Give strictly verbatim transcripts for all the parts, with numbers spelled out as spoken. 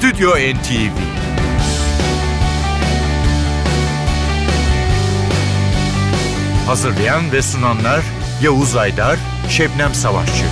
Stüdyo N T V. Hazırlayan ve sunanlar Yavuz Aydar, Şebnem Savaşçı.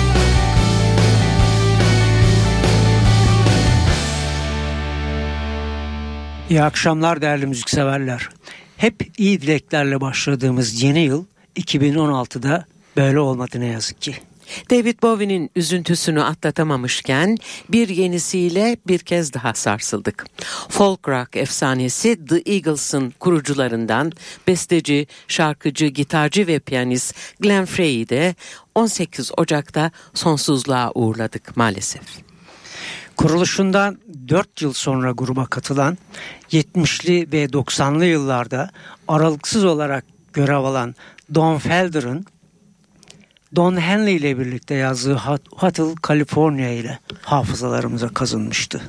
İyi akşamlar değerli müzikseverler. Hep iyi dileklerle başladığımız yeni yıl iki bin on altıda böyle olmadı ne yazık ki. David Bowie'nin üzüntüsünü atlatamamışken bir yenisiyle bir kez daha sarsıldık. Folk rock efsanesi The Eagles'ın kurucularından besteci, şarkıcı, gitarcı ve piyanist Glenn Frey'i de on sekiz Ocak'ta sonsuzluğa uğurladık maalesef. Kuruluşundan dört yıl sonra gruba katılan, yetmişli ve doksanlı yıllarda aralıksız olarak görev alan Don Felder'ın Don Henley ile birlikte yazdığı Hotel California ile hafızalarımıza kazınmıştı.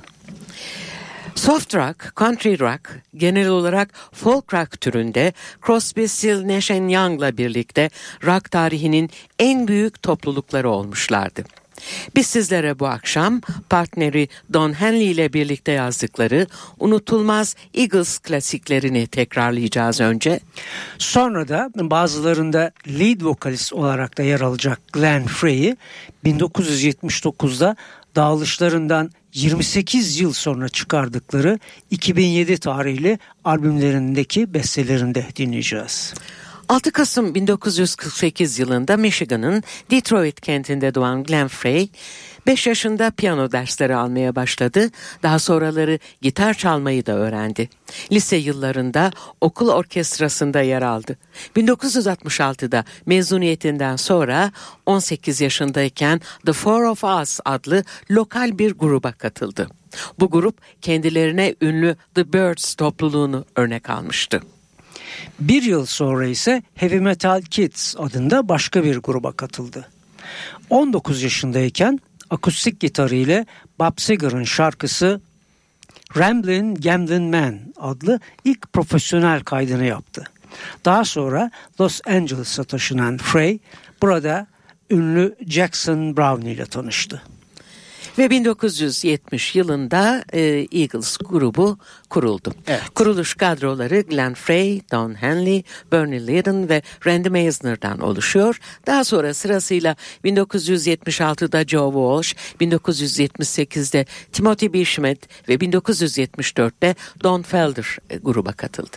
Soft rock, country rock, genel olarak folk rock türünde Crosby, Still, Nash and Young'la birlikte rock tarihinin en büyük toplulukları olmuşlardı. Biz sizlere bu akşam partneri Don Henley ile birlikte yazdıkları unutulmaz Eagles klasiklerini tekrarlayacağız önce. Sonra da bazılarında lead vokalist olarak da yer alacak Glenn Frey'i bin dokuz yüz yetmiş dokuzda dağılışlarından yirmi sekiz yıl sonra çıkardıkları iki bin yedi tarihli albümlerindeki bestelerinde dinleyeceğiz. altı Kasım bin dokuz yüz kırk sekiz yılında Michigan'ın Detroit kentinde doğan Glenn Frey, beş yaşında piyano dersleri almaya başladı. Daha sonraları gitar çalmayı da öğrendi. Lise yıllarında okul orkestrasında yer aldı. bin dokuz yüz altmış altıda mezuniyetinden sonra on sekiz yaşındayken The Four of Us adlı lokal bir gruba katıldı. Bu grup kendilerine ünlü The Byrds topluluğunu örnek almıştı. Bir yıl sonra ise Heavy Metal Kids adında başka bir gruba katıldı. on dokuz yaşındayken akustik gitarı ile Bob Seger'ın şarkısı Ramblin' Gamblin' Man adlı ilk profesyonel kaydını yaptı. Daha sonra Los Angeles'a taşınan Frey burada ünlü Jackson Browne ile tanıştı. Ve bin dokuz yüz yetmiş yılında e, Eagles grubu kuruldu. Evet. Kuruluş kadroları Glenn Frey, Don Henley, Bernie Leadon ve Randy Meisner'dan oluşuyor. Daha sonra sırasıyla bin dokuz yüz yetmiş altıda Joe Walsh, bin dokuz yüz yetmiş sekizde Timothy B. Schmidt ve bin dokuz yüz yetmiş dörtte Don Felder e, gruba katıldı.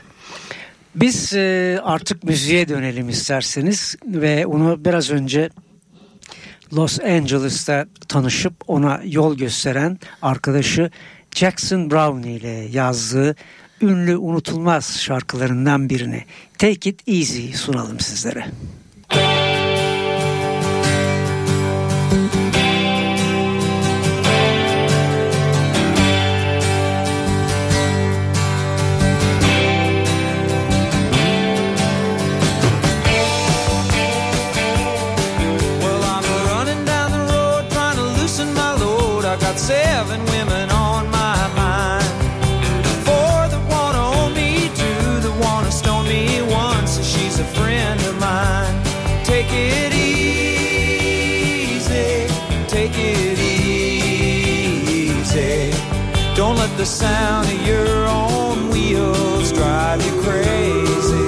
Biz e, artık müziğe dönelim isterseniz ve onu biraz önce Los Angeles'ta tanışıp ona yol gösteren arkadaşı Jackson Browne ile yazdığı ünlü unutulmaz şarkılarından birini Take It Easy sunalım sizlere. Seven women on my mind. Four that wanna own me, two that wanna stone me, one says she's a friend of mine. Take it easy, take it easy. Don't let the sound of your own wheels drive you crazy.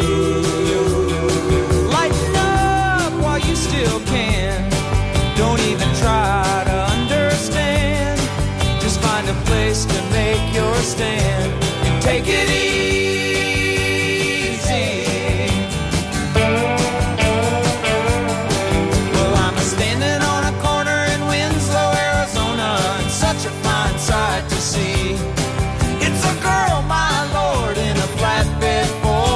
Lighten up while you still can. Don't even try to understand. Just find a place to make your stand and take it easy. Well, I'm standing on a corner in Winslow, Arizona, and such a fine sight to see. It's a girl, my lord, in a flatbed Ford.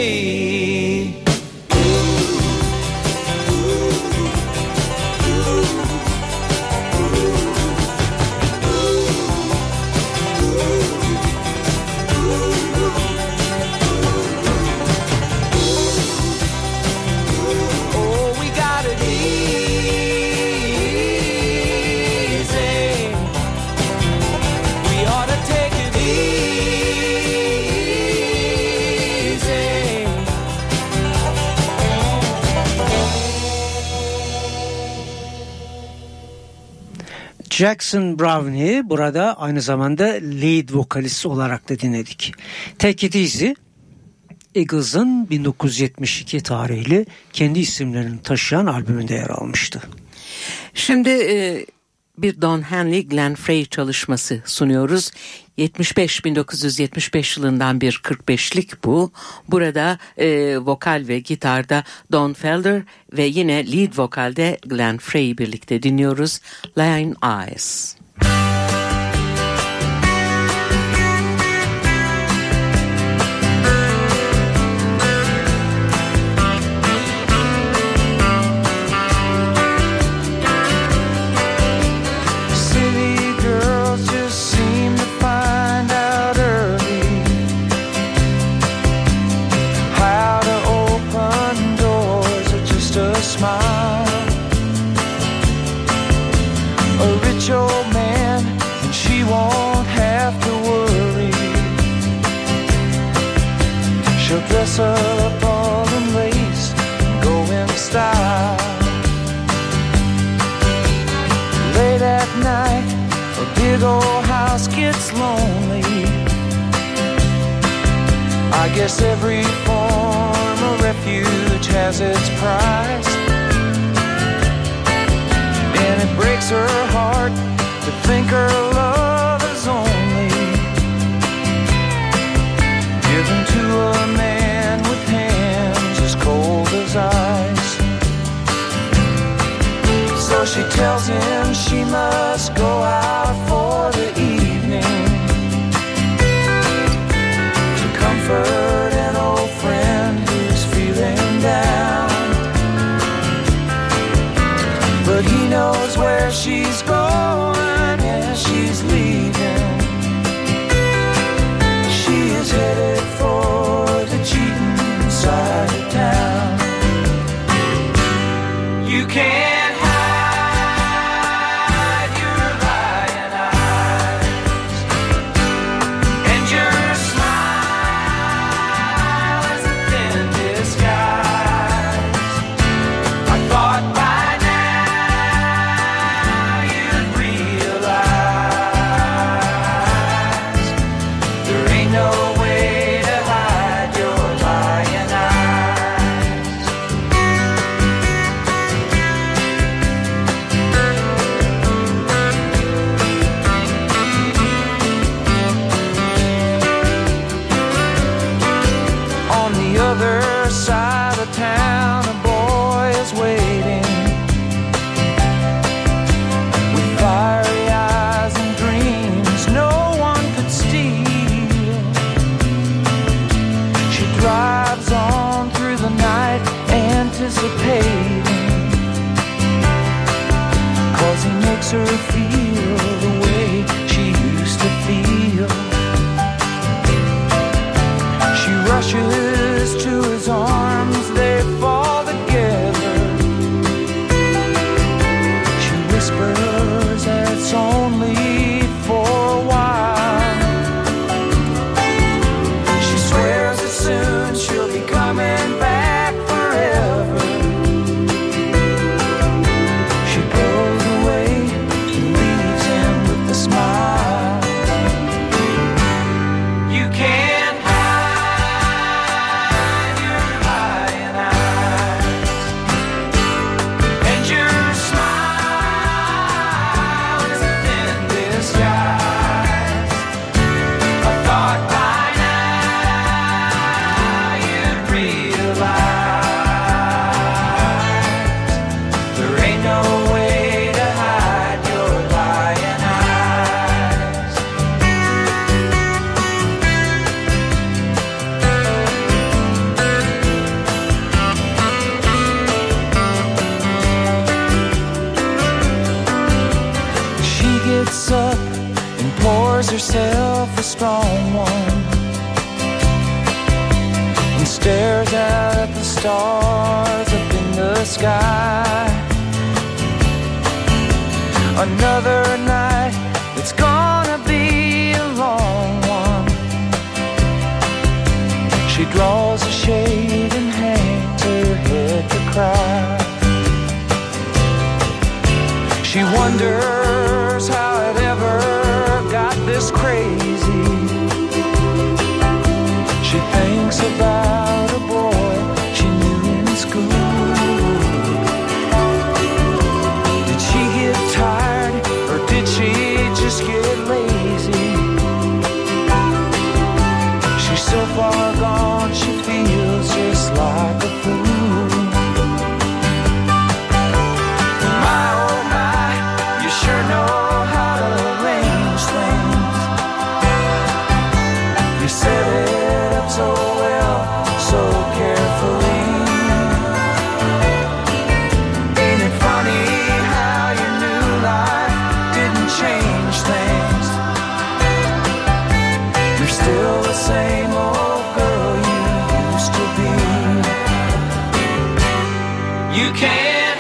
me. Jackson Browne'i burada aynı zamanda lead vokalist olarak da dinledik. Take It Easy, Eagles'ın bin dokuz yüz yetmiş iki tarihli kendi isimlerini taşıyan albümünde yer almıştı. Şimdi e, bir Don Henley Glenn Frey çalışması sunuyoruz. yetmiş beş bin dokuz yüz yetmiş beş yılından bir kırk beşlik bu. Burada e, vokal ve gitarda Don Felder ve yine lead vokalde Glenn Frey birlikte dinliyoruz. Lion Eyes. Dress up all in lace, go in style. Late at night, a big old house gets lonely. I guess every form of refuge has its price, and it breaks her heart to think her love is only given to a man with hands as cold as ice. So she tells him she must go out for the evening to comfort an old friend who's feeling down. But he knows where she's going as she's leaving. She is headed for the cheating side of town. You can't her feel the way she used to feel. She rushes to his arms, they fall together. She whispers that it's only for a while. She swears that soon she'll be coming back forever. She goes away and leaves him with a smile. You can't hide your stares out at the stars up in the sky. Another night, it's gonna be a long one. She draws a shade and hangs her head to cry. She wonders how it ever got this crazy. She thinks about a boy she knew in school. Did she get tired or did she just get lazy? She's so far gone she feels just like a fool. Same old girl you used to be. You can't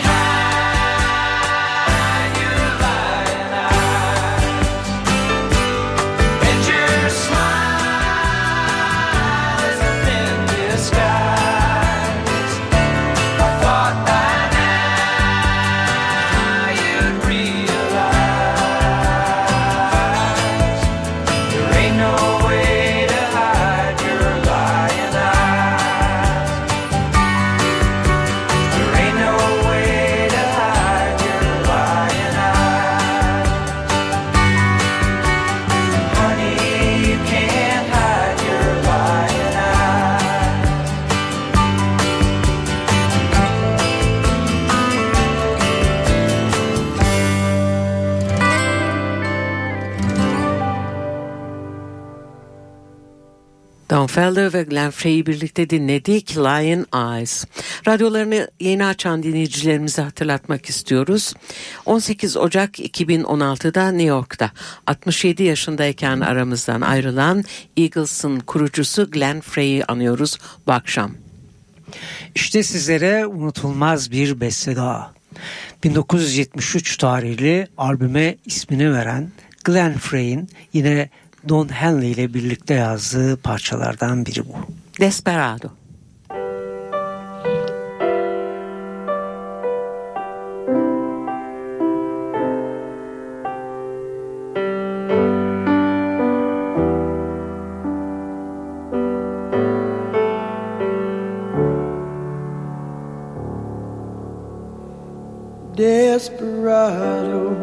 hide your lying eyes, and your smile is a thin disguise. I thought by now you'd realize there ain't no way. Don Felder ve Glenn Frey'i birlikte dinledik. Lion Eyes. Radyolarını yeni açan dinleyicilerimize hatırlatmak istiyoruz. on sekiz Ocak iki bin on altıda New York'ta altmış yedi yaşındayken aramızdan ayrılan Eagles'ın kurucusu Glenn Frey'i anıyoruz bu akşam. İşte sizlere unutulmaz bir beste daha. bin dokuz yüz yetmiş üç tarihli albüme ismini veren Glenn Frey'in yine Don Henley ile birlikte yazdığı parçalardan biri bu. Desperado. Desperado,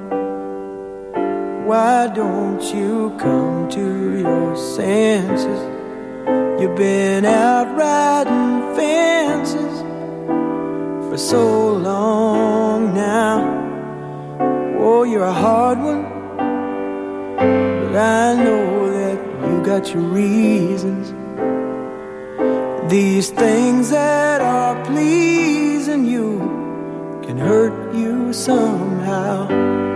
why don't you come to your senses? You've been out riding fences for so long now. Oh, you're a hard one, but I know that you got your reasons. These things that are pleasing you can hurt you somehow.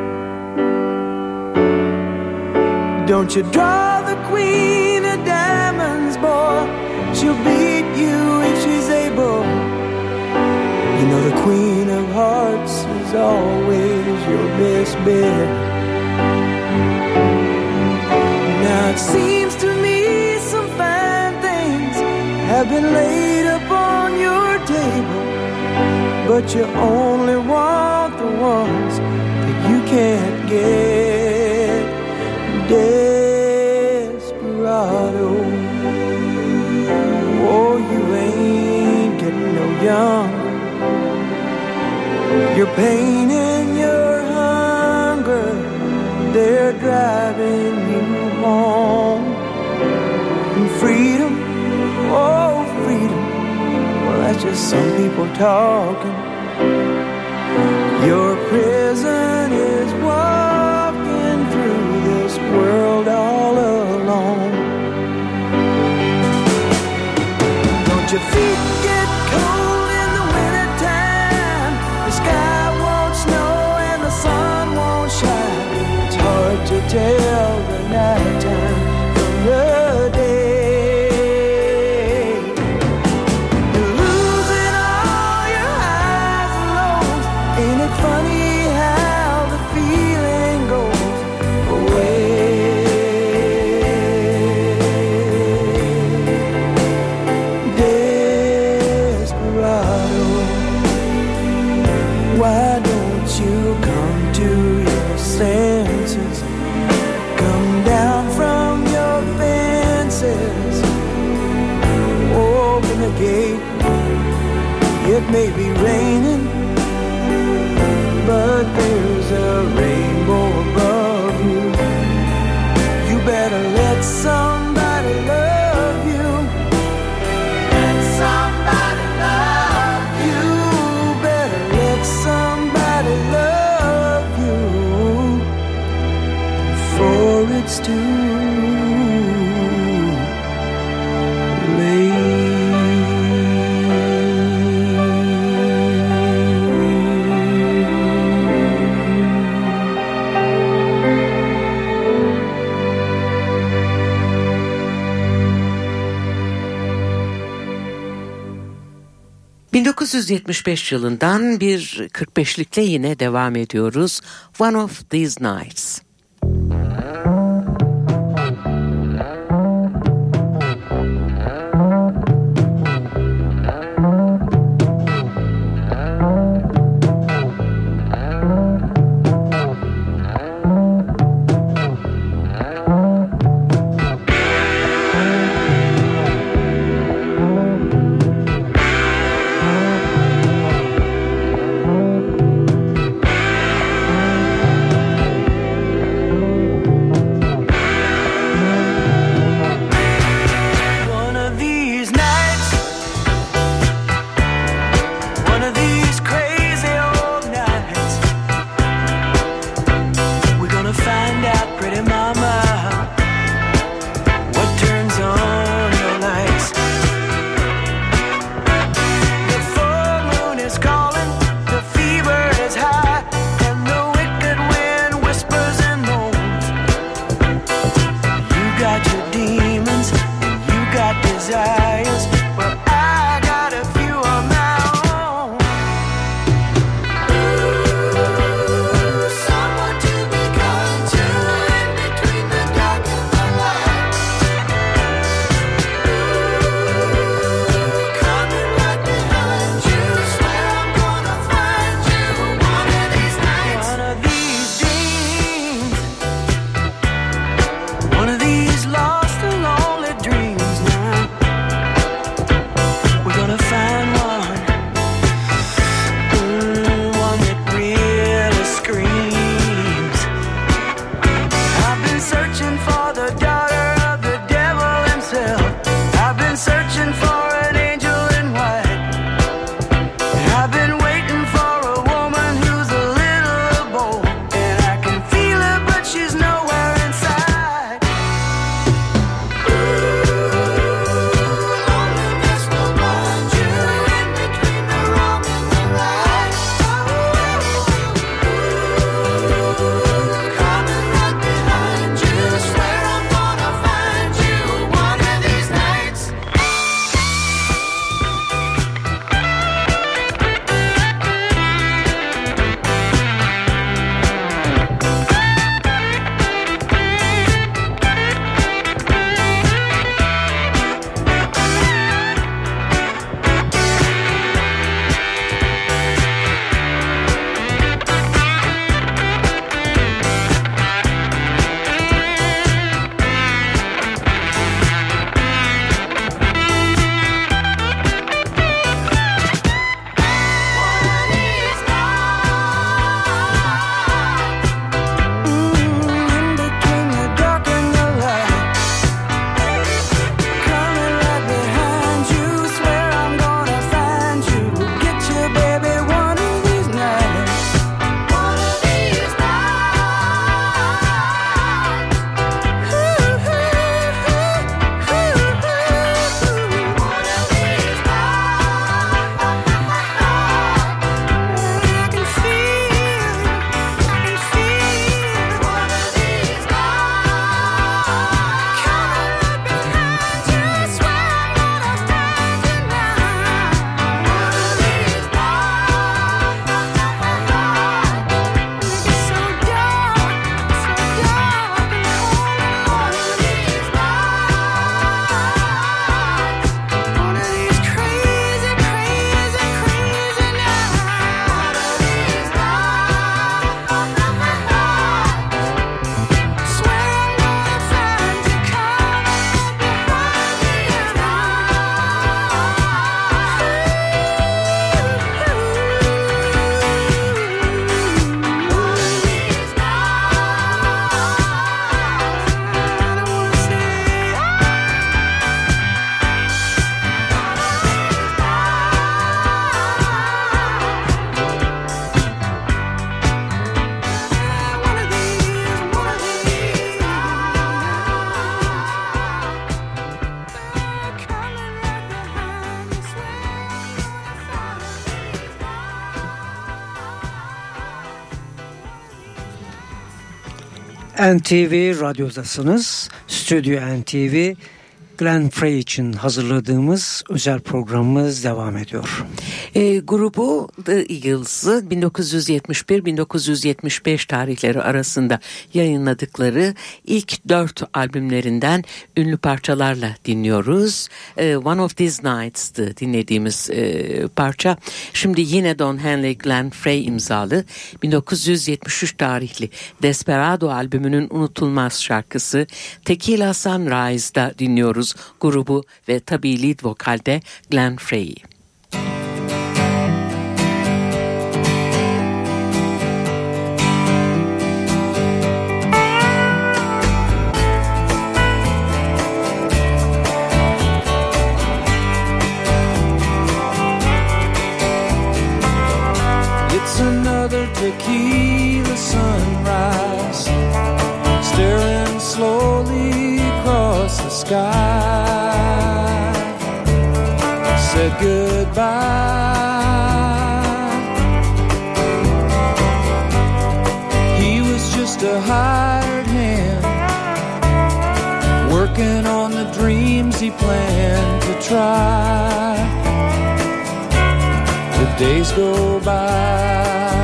Don't you draw the queen of diamonds, boy. She'll beat you if she's able. You know the queen of hearts is always your best bet. Now it seems to me some fine things have been laid upon your table, but you only want the ones that you can't get. Desperado, oh, you ain't getting no younger. Your pain and your hunger, they're driving you home. And freedom, oh, freedom, well, that's just some people talking. Your prison is walking through this world all alone. Don't your feet get cold in the wintertime? The sky won't snow and the sun won't shine. It's hard to tell the night time from the day. It may be raining, but there's a rainbow above you. You better let somebody love you. Let somebody love you. Better let somebody love you before it's too late. bin dokuz yüz yetmiş beş yılından bir kırk beşlikle yine devam ediyoruz. One of These Nights. N T V Radyo'dasınız. Stüdyo N T V, Glenn Frey için hazırladığımız özel programımız devam ediyor. E, grubu The Eagles'ı bin dokuz yüz yetmiş bir bin dokuz yüz yetmiş beş tarihleri arasında yayınladıkları ilk dört albümlerinden ünlü parçalarla dinliyoruz. E, One of These Nights'tı dinlediğimiz e, parça. Şimdi yine Don Henley Glenn Frey imzalı bin dokuz yüz yetmiş üç tarihli Desperado albümünün unutulmaz şarkısı Tequila Sunrise'da dinliyoruz grubu ve tabii lead vokalde Glenn Frey'i. It's another tequila sunrise, staring slowly across the sky. Said goodbye. He was just a hired hand, working on the dreams he planned to try. The days go by.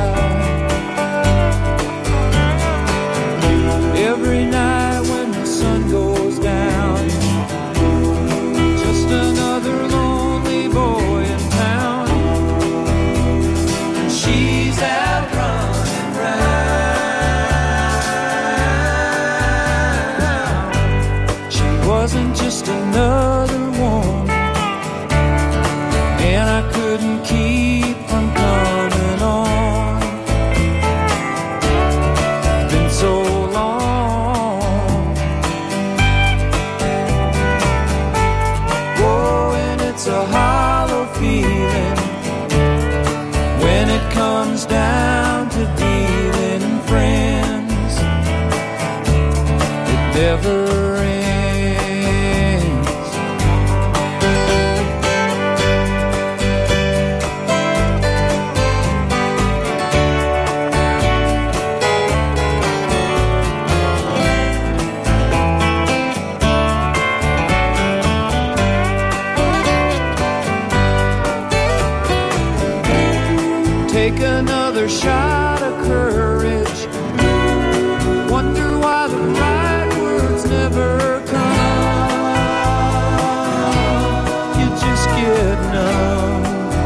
Every night when the sun goes down, just another lonely boy in town. She's out running round. She wasn't just another woman, and I couldn't keep from coming on. Been so long. Oh, and it's a hollow feeling when it comes down to dealing in friends. It never ends. Take another shot of courage. Wonder why the right words never come. You just get numb.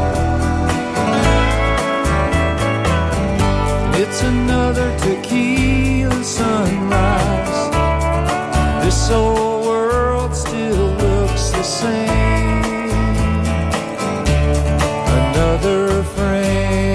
It's another tequila sunrise. This old world still looks the same. Another frame.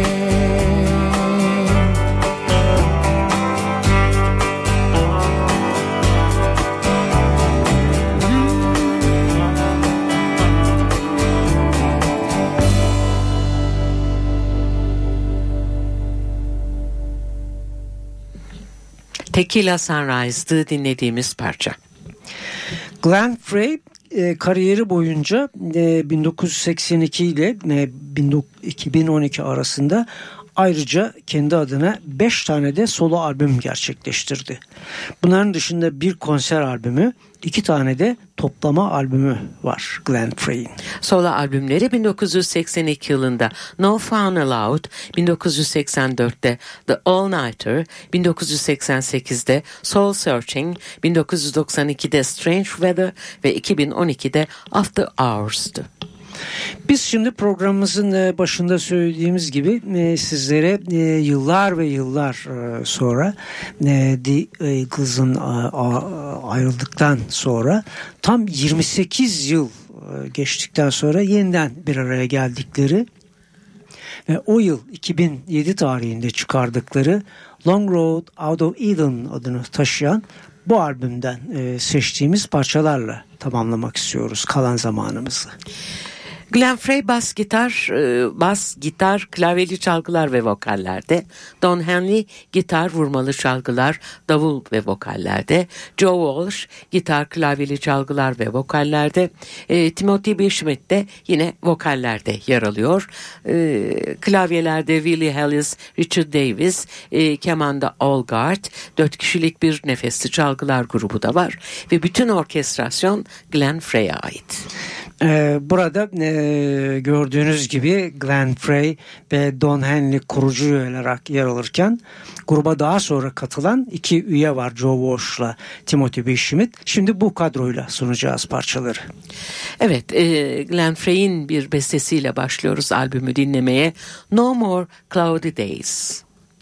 Tequila Sunrise'dı dinlediğimiz parça. Glenn Frey e, kariyeri boyunca e, bin dokuz yüz seksen iki ile e, iki bin on iki arasında ayrıca kendi adına beş tane de solo albüm gerçekleştirdi. Bunların dışında bir konser albümü, iki tane de toplama albümü var Glenn Frey'in. Solo albümleri bin dokuz yüz seksen iki yılında No Fun Allowed, bin dokuz yüz seksen dörtte The All Nighter, bin dokuz yüz seksen sekizde Soul Searching, bin dokuz yüz doksan ikide Strange Weather ve iki bin on ikide After Hours'tu. Biz şimdi programımızın başında söylediğimiz gibi sizlere yıllar ve yıllar sonra The Eagles'ın ayrıldıktan sonra tam yirmi sekiz yıl geçtikten sonra yeniden bir araya geldikleri ve o yıl iki bin yedi tarihinde çıkardıkları Long Road Out of Eden adını taşıyan bu albümden seçtiğimiz parçalarla tamamlamak istiyoruz kalan zamanımızı. Glenn Frey bas gitar, bas gitar, klavyeli çalgılar ve vokallerde. Don Henley gitar, vurmalı çalgılar, davul ve vokallerde. Joe Walsh gitar, klavyeli çalgılar ve vokallerde. E, Timothy B. Schmidt de yine vokallerde yer alıyor. E, klavyelerde Willie Hellis, Richard Davis, e, kemanda Al Gard, dört kişilik bir nefesli çalgılar grubu da var ve bütün orkestrasyon Glenn Frey'e ait. Ee, burada e, gördüğünüz gibi Glenn Frey ve Don Henley kurucu üyeler olarak yer alırken gruba daha sonra katılan iki üye var, Joe Walsh'la Timothy B. Schmidt. Şimdi bu kadroyla sunacağız parçaları. Evet, e, Glenn Frey'in bir bestesiyle başlıyoruz albümü dinlemeye. No More Cloudy Days.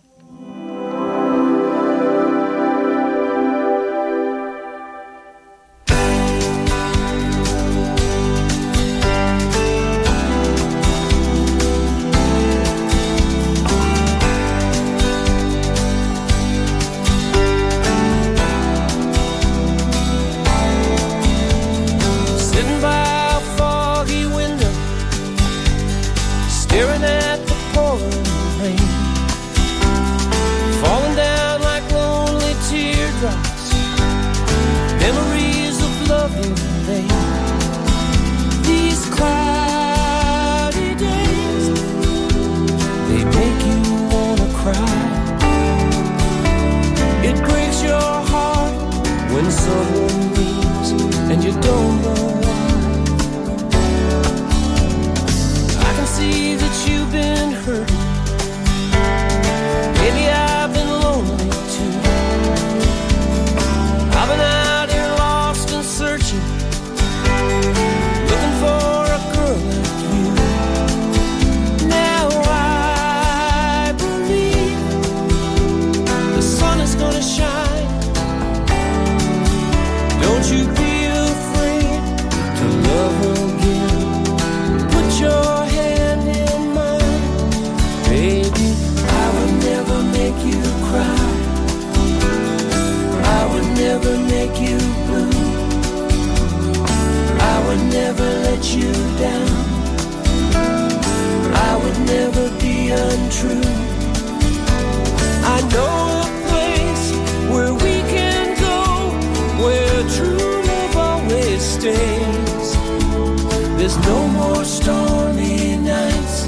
There's no more stormy nights,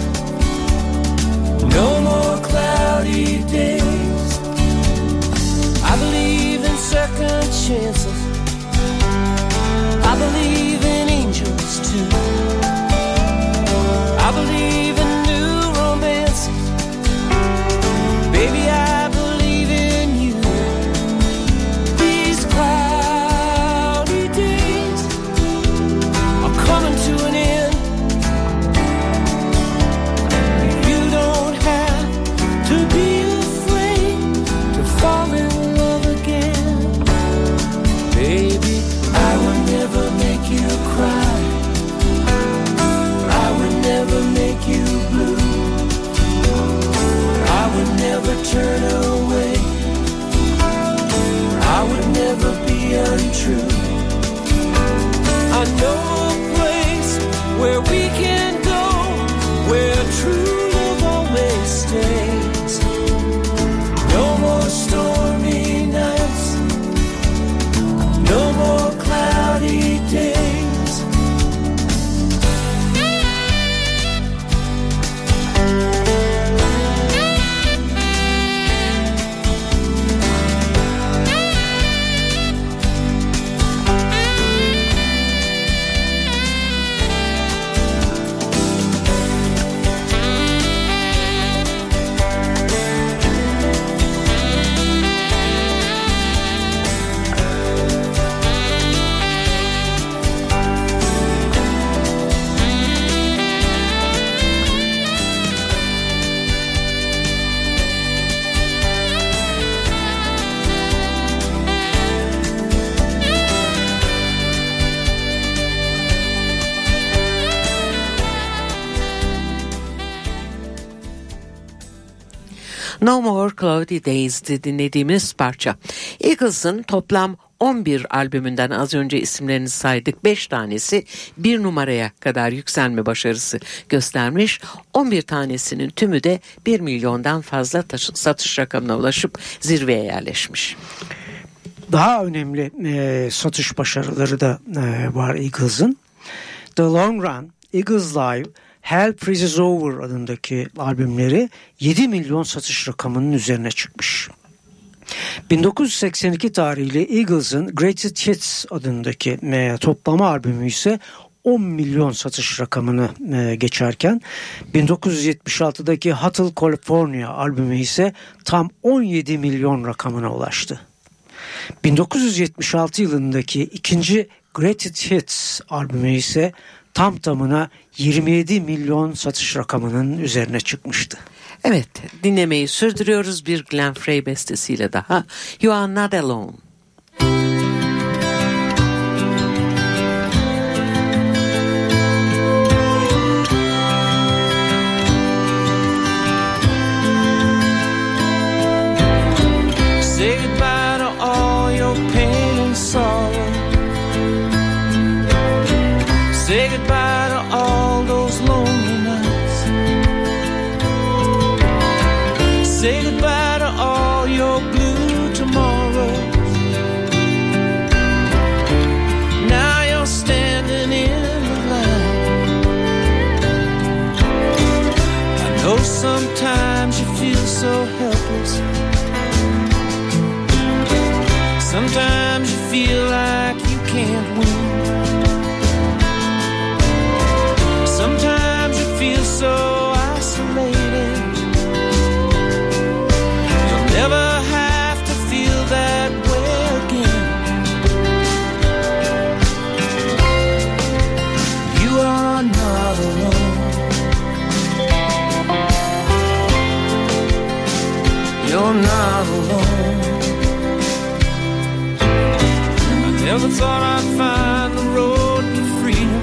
no more cloudy days. I believe in second chances, I believe in angels too. I believe in new romances, baby, I believe in you. These cloudy days are coming to an end. You don't have to be afraid to fall in love again. Baby, I would never make you cry, I would never make you blue, I would never turn away, I would never be untrue. I know a place where we can go, where true love always stays. No more stormy nights, no more cloudy days. No More Cloudy Days'di dinlediğimiz parça. Eagles'ın toplam on bir albümünden az önce isimlerini saydık. beş tanesi bir numaraya kadar yükselme başarısı göstermiş. on bir tanesinin tümü de bir milyondan fazla taş- satış rakamına ulaşıp zirveye yerleşmiş. Daha önemli e, satış başarıları da e, var Eagles'ın. The Long Run, Eagles Live, Hell Freezes Over adındaki albümleri yedi milyon satış rakamının üzerine çıkmış. bin dokuz yüz seksen iki tarihli Eagles'ın Greatest Hits adındaki e, toplama albümü ise on milyon satış rakamını e, geçerken bin dokuz yüz yetmiş altıdaki Hotel California albümü ise tam on yedi milyon rakamına ulaştı. bin dokuz yüz yetmiş altı yılındaki ikinci Greatest Hits albümü ise tam tamına yirmi yedi milyon satış rakamının üzerine çıkmıştı. Evet, dinlemeyi sürdürüyoruz bir Glenn Frey bestesiyle daha. You Are Not Alone. Say goodbye to all your pain and sorrow. Say goodbye to all those lonely nights. Say goodbye to all your blue tomorrows. Now you're standing in the light. I know sometimes you feel so helpless. Sometimes you feel like you can't win. Sometimes you feel so isolated. You'll never have to feel that way again. You are not alone. You're not alone. Never thought I'd find the road to freedom.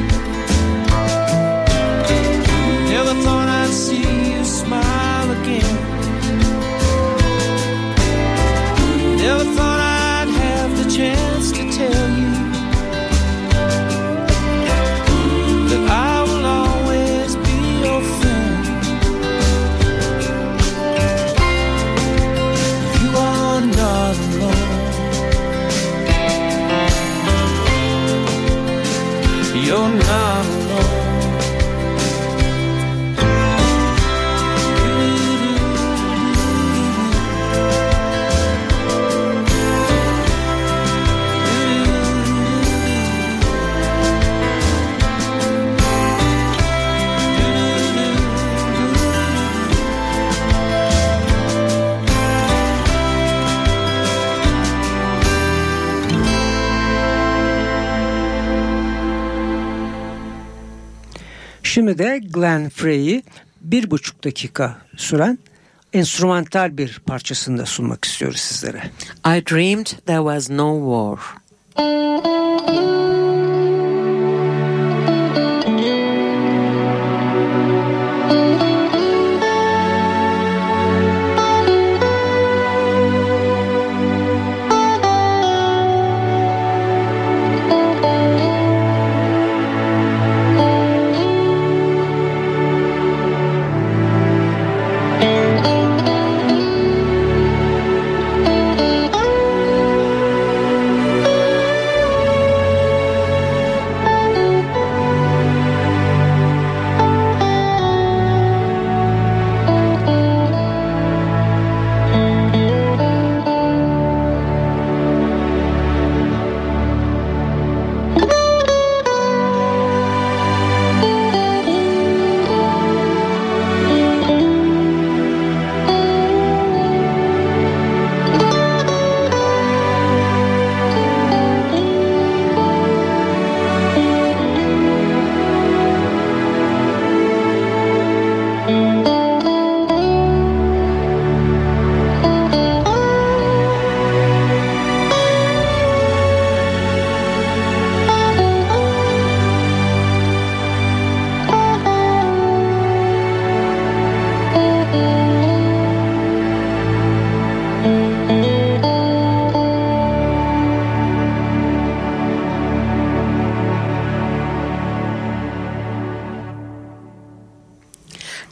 Never thought I'd see you smile again. Never thought I'd have the chance to tell you that I will always be your friend. You are not alone. You're not alone. Şimdi de Glenn Frey'i bir buçuk dakika süren enstrümantal bir parçasını da sunmak istiyoruz sizlere. I dreamed there was no war.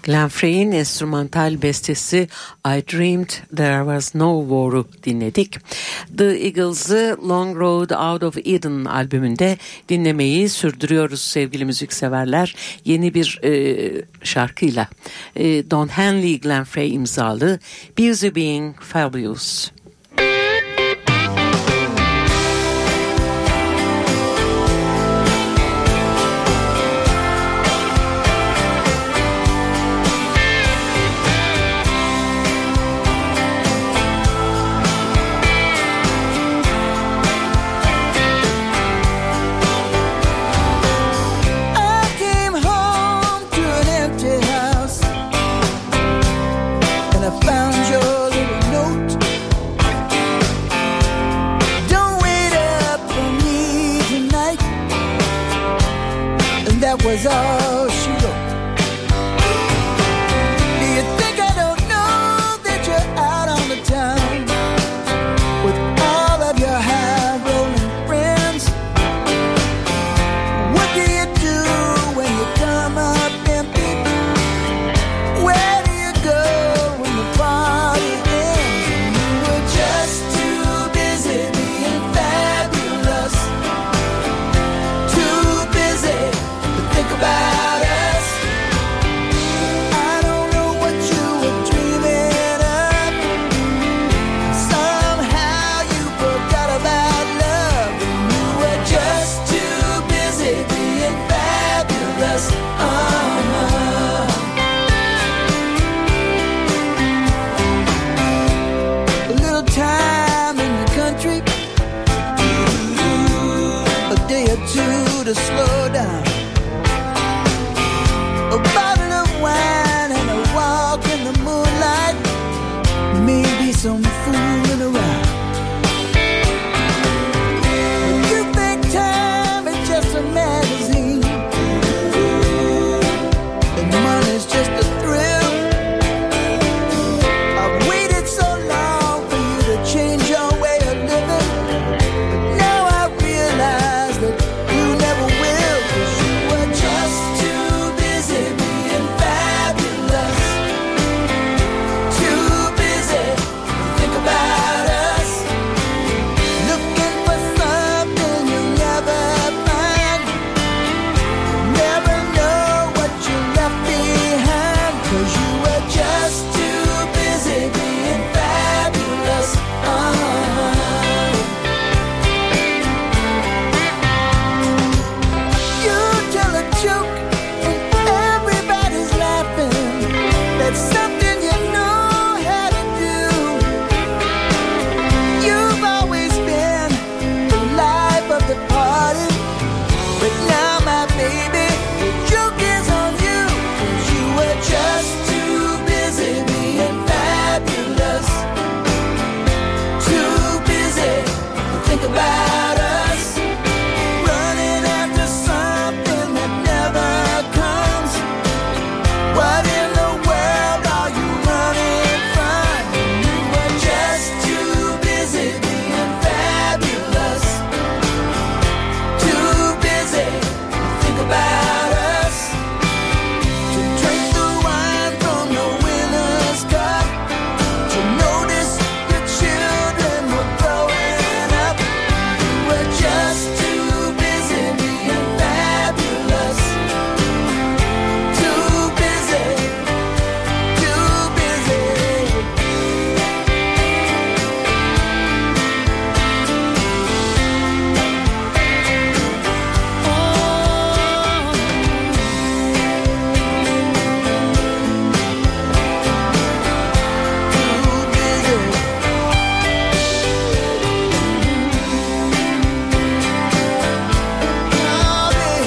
Glenn Frey'in enstrümantal bestesi I Dreamed There Was No War'u dinledik. The Eagles'ı Long Road Out of Eden albümünde dinlemeyi sürdürüyoruz sevgili müzikseverler. Yeni bir e, şarkıyla e, Don Henley Glenn Frey imzalı Busy Being Fabulous. Was all she wrote. Do you think I don't know that you're out on the town with all of your high rolling friends? What do you do when you come up empty? Where do you go when the party ends? And you were just too busy being fabulous, too busy think about us. I don't know what you were dreaming of. Somehow you forgot about love, and you were just too busy being fabulous. Uh-huh. A little time in the country, a day or two to slow down. A bottle of wine and a walk in the moonlight, maybe some fooling around. But you think time is just a magazine, and money's just a thrill. I've waited so long for you to change your way of living, but now I realize that you never will, 'cause you were just too busy being fabulous, too busy to think about us, looking for something you'll never find, never know what you left behind, 'cause you were just too busy being fabulous. Uh-huh. You tell a joke and everybody's laughing. That's something you know how to do. You've always been the life of the party, but now my baby, the joke is on you, 'cause you were just too busy being fabulous, too busy to think about us, running after something that never comes. What in the world are you running from? You were just too busy being fabulous, too busy to think about us, to drink the wine from the winner's cup, to notice your children were growing up. You were just too busy being fabulous, too busy, too busy. Too busy. Oh, baby.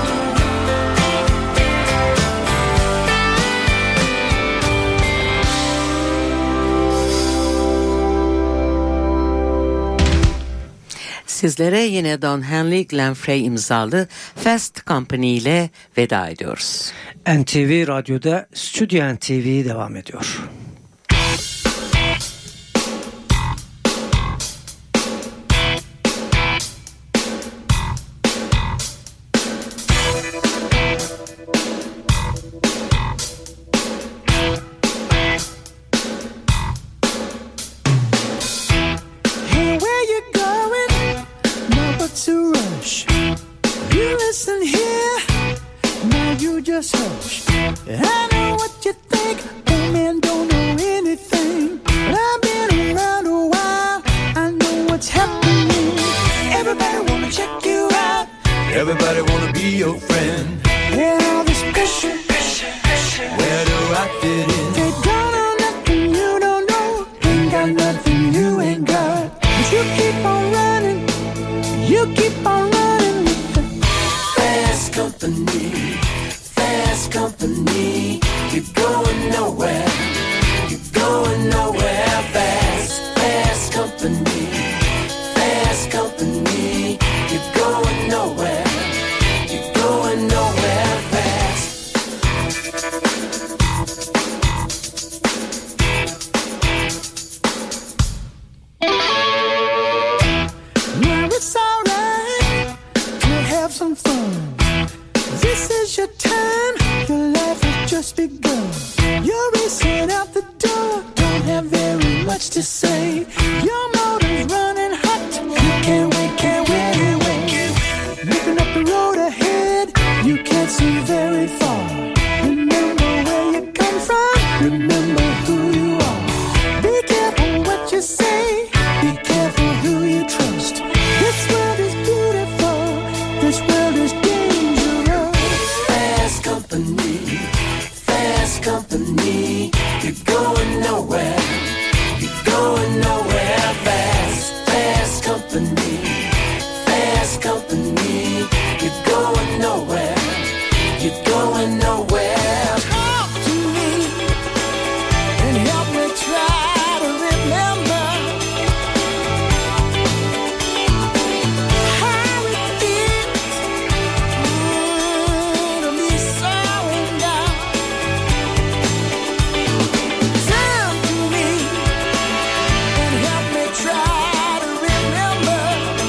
Sizlere yine Don Henley Glenn Frey imzalı Fast Company ile veda ediyoruz. N T V Radyo'da Stüdyo N T V devam ediyor. you just hush. I know what you think, oh man don't know anything. But I've been around a while, I know what's happening. Everybody wanna check you out, Everybody wanna be your friend. and all this pressure, Where do I fit in? they don't know nothing you don't know. Ain't got nothing you ain't got. But you keep on running, you keep on running with the fast company, fast company. You're going nowhere, you're going nowhere fast, fast company, fast company. You're going nowhere, you're going nowhere fast. Now it's alright to have some fun. This is your time, your life has just begun. You're racing out the door, don't have very much to say. Your motor's running hot, you can't wait, can't wait, wait. Looking up the road ahead, you can't see very far. Remember where you come from, remember who you are. Be careful what you say, be careful who you trust. This world is beautiful, this world is dangerous. Fast company, fast company. You're going nowhere, you're going nowhere fast, fast company, fast company. You're going nowhere, you're going nowhere. Talk to me and help me try to remember how it feels mm, to be so in love. Turn to me and help me try to remember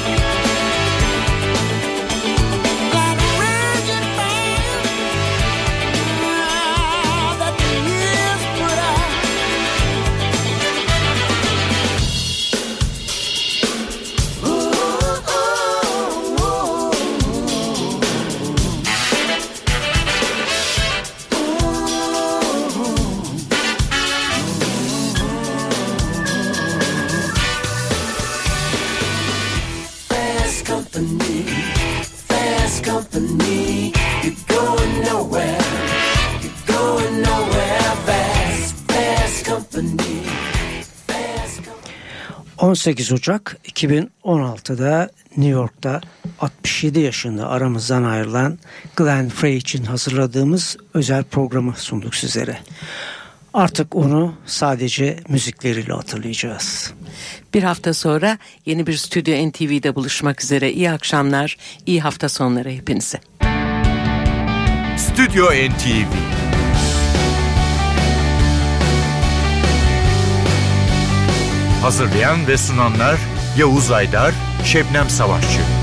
like a virgin fire ah, that the years put out. Fast company, fast company. You're going nowhere, you're going nowhere fast, fast company, fast company. on sekiz Ocak iki bin on altıda New York'ta altmış yedi yaşında aramızdan ayrılan Glenn Frey için hazırladığımız özel programı sunduk sizlere. Artık onu sadece müzikleriyle hatırlayacağız. Bir hafta sonra yeni bir Stüdyo N T V'de buluşmak üzere. İyi akşamlar, iyi hafta sonları hepinize. Stüdyo N T V. Hazırlayan ve sunanlar Yavuz Aydar, Şebnem Savaşçı.